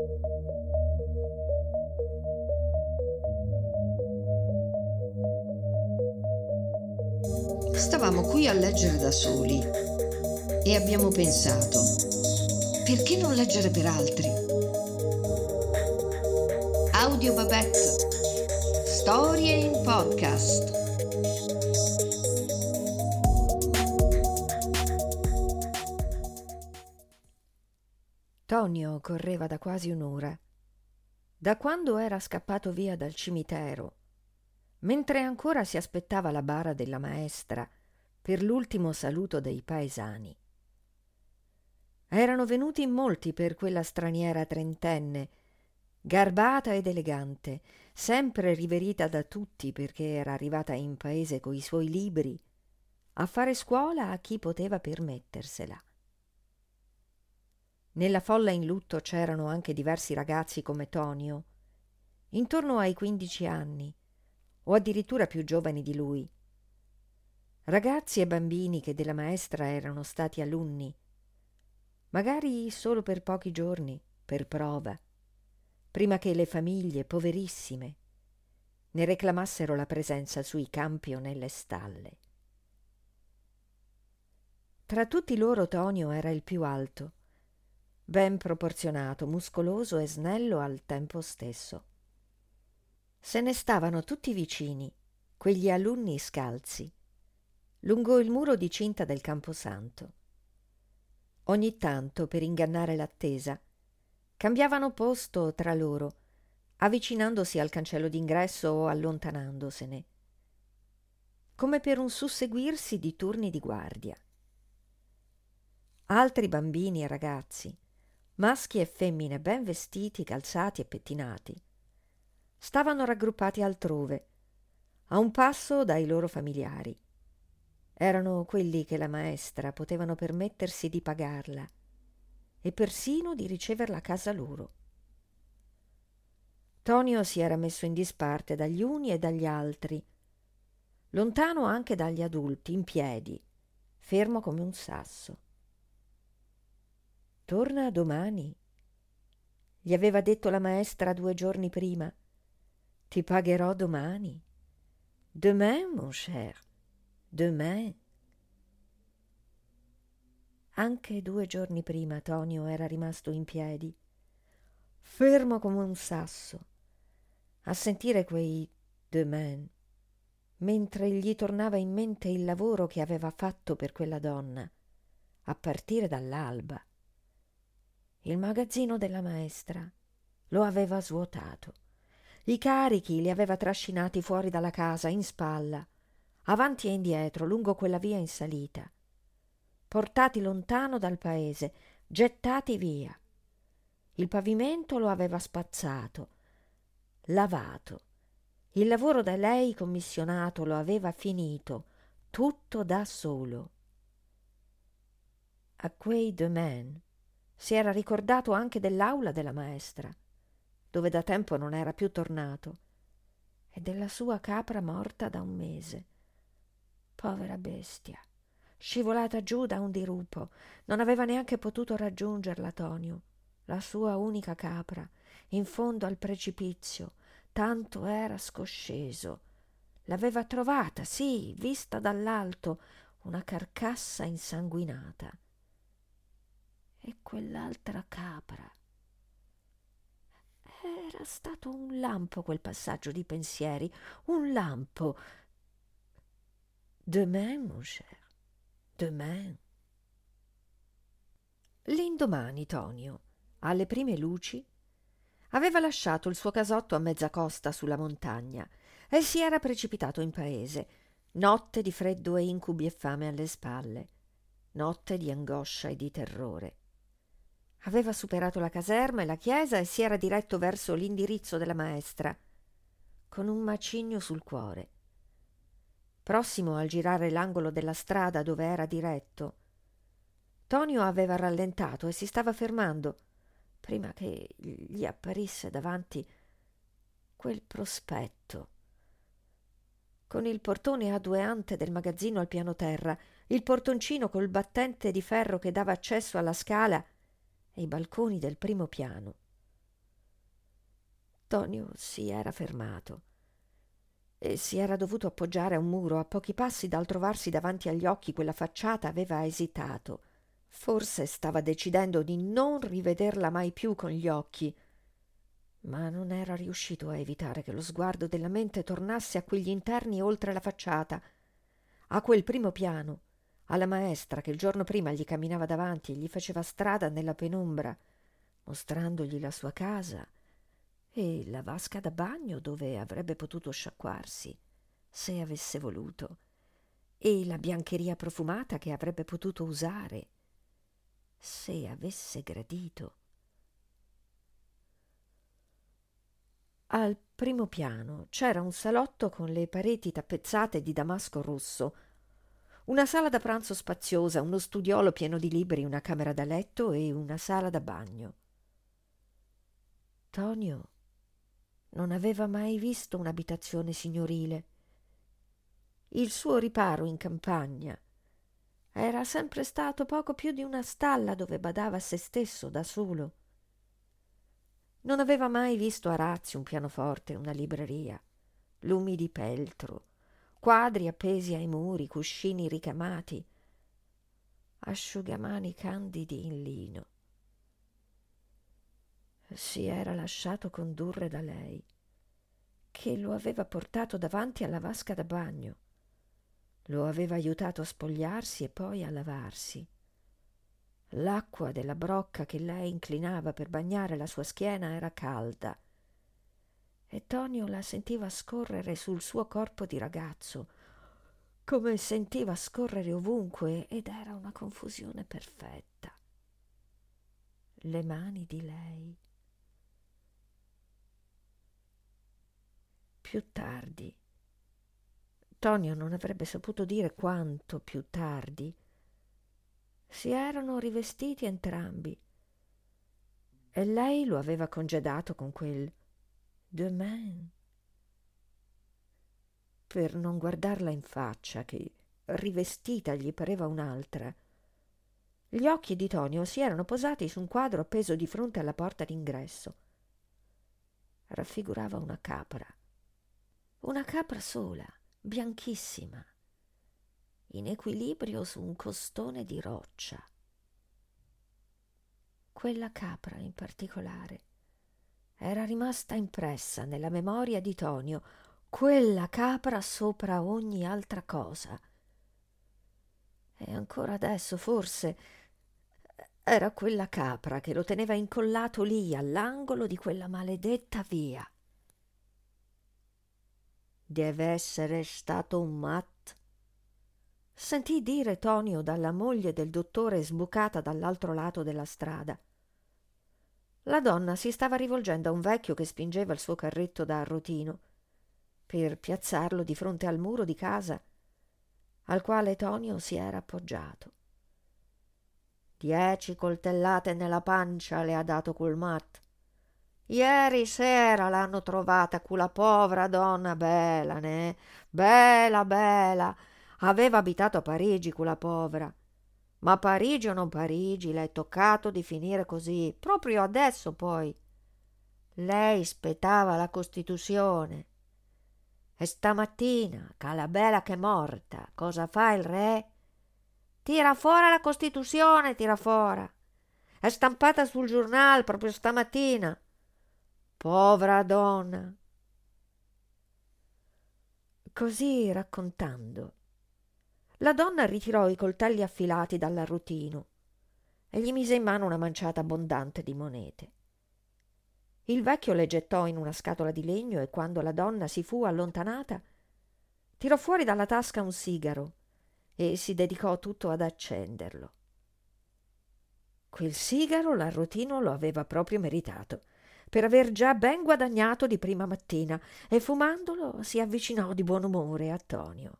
Stavamo qui a leggere da soli e abbiamo pensato, perché non leggere per altri? Audio Babette, storie in podcast. Tonio correva da quasi un'ora, da quando era scappato via dal cimitero, mentre ancora si aspettava la bara della maestra per l'ultimo saluto dei paesani. Erano venuti in molti per quella straniera trentenne, garbata ed elegante, sempre riverita da tutti perché era arrivata in paese coi suoi libri, a fare scuola a chi poteva permettersela. Nella folla in lutto c'erano anche diversi ragazzi come Tonio, intorno ai 15 anni, o addirittura più giovani di lui. Ragazzi e bambini che della maestra erano stati alunni, magari solo per pochi giorni, per prova, prima che le famiglie poverissime ne reclamassero la presenza sui campi o nelle stalle. Tra tutti loro Tonio era il più alto, ben proporzionato, muscoloso e snello al tempo stesso. Se ne stavano tutti vicini, quegli alunni scalzi, lungo il muro di cinta del camposanto. Ogni tanto, per ingannare l'attesa, cambiavano posto tra loro, avvicinandosi al cancello d'ingresso o allontanandosene, come per un susseguirsi di turni di guardia. Altri bambini e ragazzi, maschi e femmine ben vestiti, calzati e pettinati, stavano raggruppati altrove, a un passo dai loro familiari. Erano quelli che la maestra potevano permettersi di pagarla e persino di riceverla a casa loro. Tonio si era messo in disparte dagli uni e dagli altri, lontano anche dagli adulti, in piedi, fermo come un sasso. «Torna domani», gli aveva detto la maestra 2 giorni prima. «Ti pagherò domani. Demain, mon cher, demain». Anche 2 giorni prima Tonio era rimasto in piedi, fermo come un sasso, a sentire quei demain, mentre gli tornava in mente il lavoro che aveva fatto per quella donna, a partire dall'alba. Il magazzino della maestra lo aveva svuotato. I carichi li aveva trascinati fuori dalla casa, in spalla, avanti e indietro, lungo quella via in salita, portati lontano dal paese, gettati via. Il pavimento lo aveva spazzato, lavato. Il lavoro da lei commissionato lo aveva finito, tutto da solo. A quei demain si era ricordato anche dell'aula della maestra, dove da tempo non era più tornato, e della sua capra morta da 1 mese. Povera bestia, scivolata giù da un dirupo, non aveva neanche potuto raggiungerla Tonio, la sua unica capra, in fondo al precipizio, tanto era scosceso. L'aveva trovata, sì, vista dall'alto, una carcassa insanguinata. E quell'altra capra. Era stato un lampo quel passaggio di pensieri, un lampo. Demain, mon cher, demain. L'indomani Tonio, alle prime luci, aveva lasciato il suo casotto a mezza costa sulla montagna e si era precipitato in paese, notte di freddo e incubi e fame alle spalle, notte di angoscia e di terrore. Aveva superato la caserma e la chiesa e si era diretto verso l'indirizzo della maestra, con un macigno sul cuore. Prossimo al girare l'angolo della strada dove era diretto, Tonio aveva rallentato e si stava fermando, prima che gli apparisse davanti quel prospetto, con il portone a 2 ante del magazzino al piano terra, il portoncino col battente di ferro che dava accesso alla scala e i balconi del primo piano. Tonio si era fermato e si era dovuto appoggiare a un muro. A pochi passi dal trovarsi davanti agli occhi quella facciata aveva esitato. Forse stava decidendo di non rivederla mai più con gli occhi, ma non era riuscito a evitare che lo sguardo della mente tornasse a quegli interni oltre la facciata, a quel primo piano, alla maestra che il giorno prima gli camminava davanti e gli faceva strada nella penombra, mostrandogli la sua casa e la vasca da bagno dove avrebbe potuto sciacquarsi, se avesse voluto, e la biancheria profumata che avrebbe potuto usare, se avesse gradito. Al primo piano c'era un salotto con le pareti tappezzate di damasco rosso, una sala da pranzo spaziosa, uno studiolo pieno di libri, una camera da letto e una sala da bagno. Tonio non aveva mai visto un'abitazione signorile. Il suo riparo in campagna era sempre stato poco più di una stalla dove badava a se stesso da solo. Non aveva mai visto arazzi, un pianoforte, una libreria, lumi di peltro, quadri appesi ai muri, cuscini ricamati, asciugamani candidi in lino. Si era lasciato condurre da lei, che lo aveva portato davanti alla vasca da bagno, lo aveva aiutato a spogliarsi e poi a lavarsi. L'acqua della brocca che lei inclinava per bagnare la sua schiena era calda e Tonio la sentiva scorrere sul suo corpo di ragazzo, come sentiva scorrere ovunque, ed era una confusione perfetta. Le mani di lei. Più tardi, Tonio non avrebbe saputo dire quanto più tardi, si erano rivestiti entrambi e lei lo aveva congedato con quel demain per non guardarla in faccia, che rivestita gli pareva un'altra. Gli occhi di Tonio si erano posati su un quadro appeso di fronte alla porta d'ingresso. Raffigurava una capra sola, bianchissima, in equilibrio su un costone di roccia. Quella capra in particolare era rimasta impressa nella memoria di Tonio, quella capra sopra ogni altra cosa. E ancora adesso forse era quella capra che lo teneva incollato lì all'angolo di quella maledetta via. Deve essere stato un matto, sentì dire Tonio dalla moglie del dottore sbucata dall'altro lato della strada. La donna si stava rivolgendo a un vecchio che spingeva il suo carretto da arrotino per piazzarlo di fronte al muro di casa al quale Tonio si era appoggiato. 10 coltellate nella pancia le ha dato quel matto. Ieri sera l'hanno trovata quella povera donna bella, né? Bella, bella. Aveva abitato a Parigi quella povera. Ma Parigi o non Parigi, le è toccato di finire così, proprio adesso poi. Lei aspettava la Costituzione. E stamattina, Calabella che è morta, cosa fa il re? Tira fuori la Costituzione, tira fuori. È stampata sul giornale proprio stamattina. Povera donna. Così raccontando, la donna ritirò i coltelli affilati dall'arrotino e gli mise in mano una manciata abbondante di monete. Il vecchio le gettò in una scatola di legno e quando la donna si fu allontanata, tirò fuori dalla tasca un sigaro e si dedicò tutto ad accenderlo. Quel sigaro l'arrotino lo aveva proprio meritato, per aver già ben guadagnato di prima mattina, e fumandolo si avvicinò di buon umore a Tonio.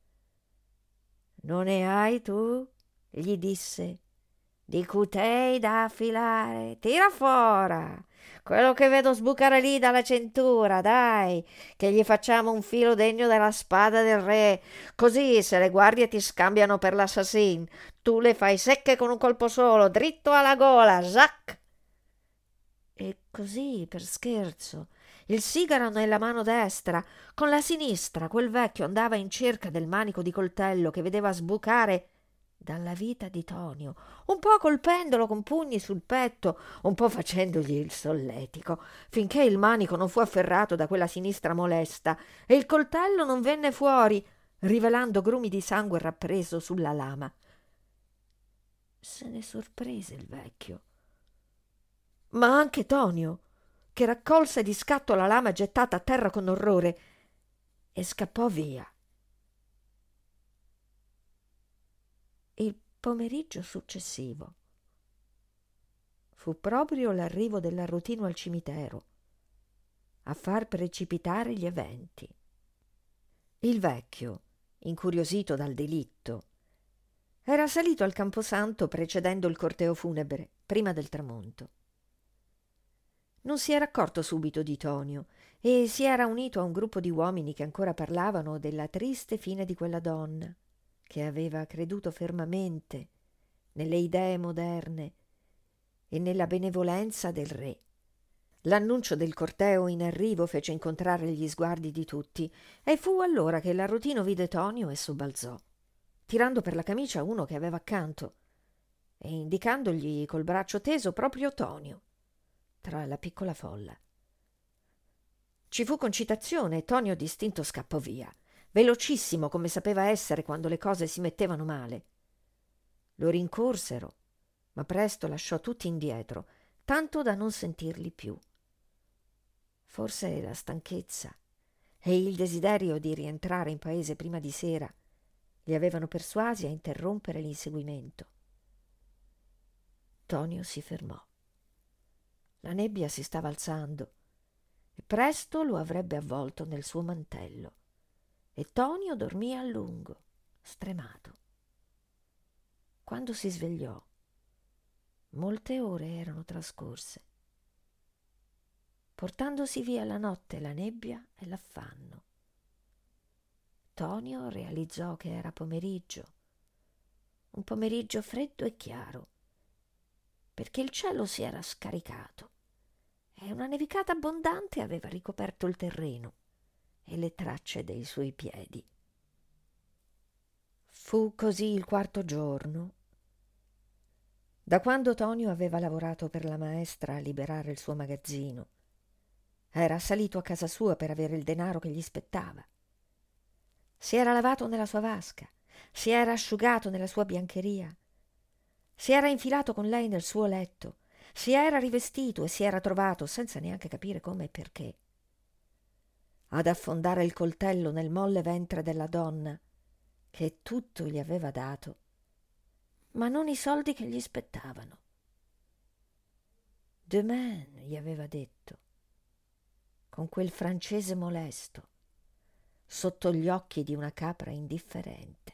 «Non ne hai tu?» gli disse. «Di cutei da affilare? Tira fuori quello che vedo sbucare lì dalla cintura, dai, che gli facciamo un filo degno della spada del re, così se le guardie ti scambiano per l'assassin, tu le fai secche con un colpo solo, dritto alla gola, zac!» E così, per scherzo, il sigaro nella mano destra, con la sinistra quel vecchio andava in cerca del manico di coltello che vedeva sbucare dalla vita di Tonio, un po' colpendolo con pugni sul petto, un po' facendogli il solletico, finché il manico non fu afferrato da quella sinistra molesta e il coltello non venne fuori, rivelando grumi di sangue rappreso sulla lama. Se ne sorprese il vecchio, ma anche Tonio, che raccolse di scatto la lama gettata a terra con orrore e scappò via. Il pomeriggio successivo fu proprio l'arrivo dell'arrotino al cimitero a far precipitare gli eventi. Il vecchio, incuriosito dal delitto, era salito al camposanto precedendo il corteo funebre, prima del tramonto. Non si era accorto subito di Tonio e si era unito a un gruppo di uomini che ancora parlavano della triste fine di quella donna che aveva creduto fermamente nelle idee moderne e nella benevolenza del re. L'annuncio del corteo in arrivo fece incontrare gli sguardi di tutti e fu allora che l'arrotino vide Tonio e sobbalzò, tirando per la camicia uno che aveva accanto e indicandogli col braccio teso proprio Tonio tra la piccola folla. Ci fu concitazione e Tonio distinto scappò via, velocissimo come sapeva essere quando le cose si mettevano male. Lo rincorsero, ma presto lasciò tutti indietro, tanto da non sentirli più. Forse la stanchezza e il desiderio di rientrare in paese prima di sera li avevano persuasi a interrompere l'inseguimento. Tonio si fermò. La nebbia si stava alzando e presto lo avrebbe avvolto nel suo mantello e Tonio dormì a lungo, stremato. Quando si svegliò, molte ore erano trascorse, portandosi via la notte, la nebbia e l'affanno. Tonio realizzò che era pomeriggio, un pomeriggio freddo e chiaro, perché il cielo si era scaricato e una nevicata abbondante aveva ricoperto il terreno e le tracce dei suoi piedi. Fu così il quarto giorno, da quando Tonio aveva lavorato per la maestra a liberare il suo magazzino. Era salito a casa sua per avere il denaro che gli spettava. Si era lavato nella sua vasca, si era asciugato nella sua biancheria, si era infilato con lei nel suo letto, si era rivestito e si era trovato, senza neanche capire come e perché, ad affondare il coltello nel molle ventre della donna che tutto gli aveva dato, ma non i soldi che gli spettavano. Demain, gli aveva detto, con quel francese molesto, sotto gli occhi di una capra indifferente.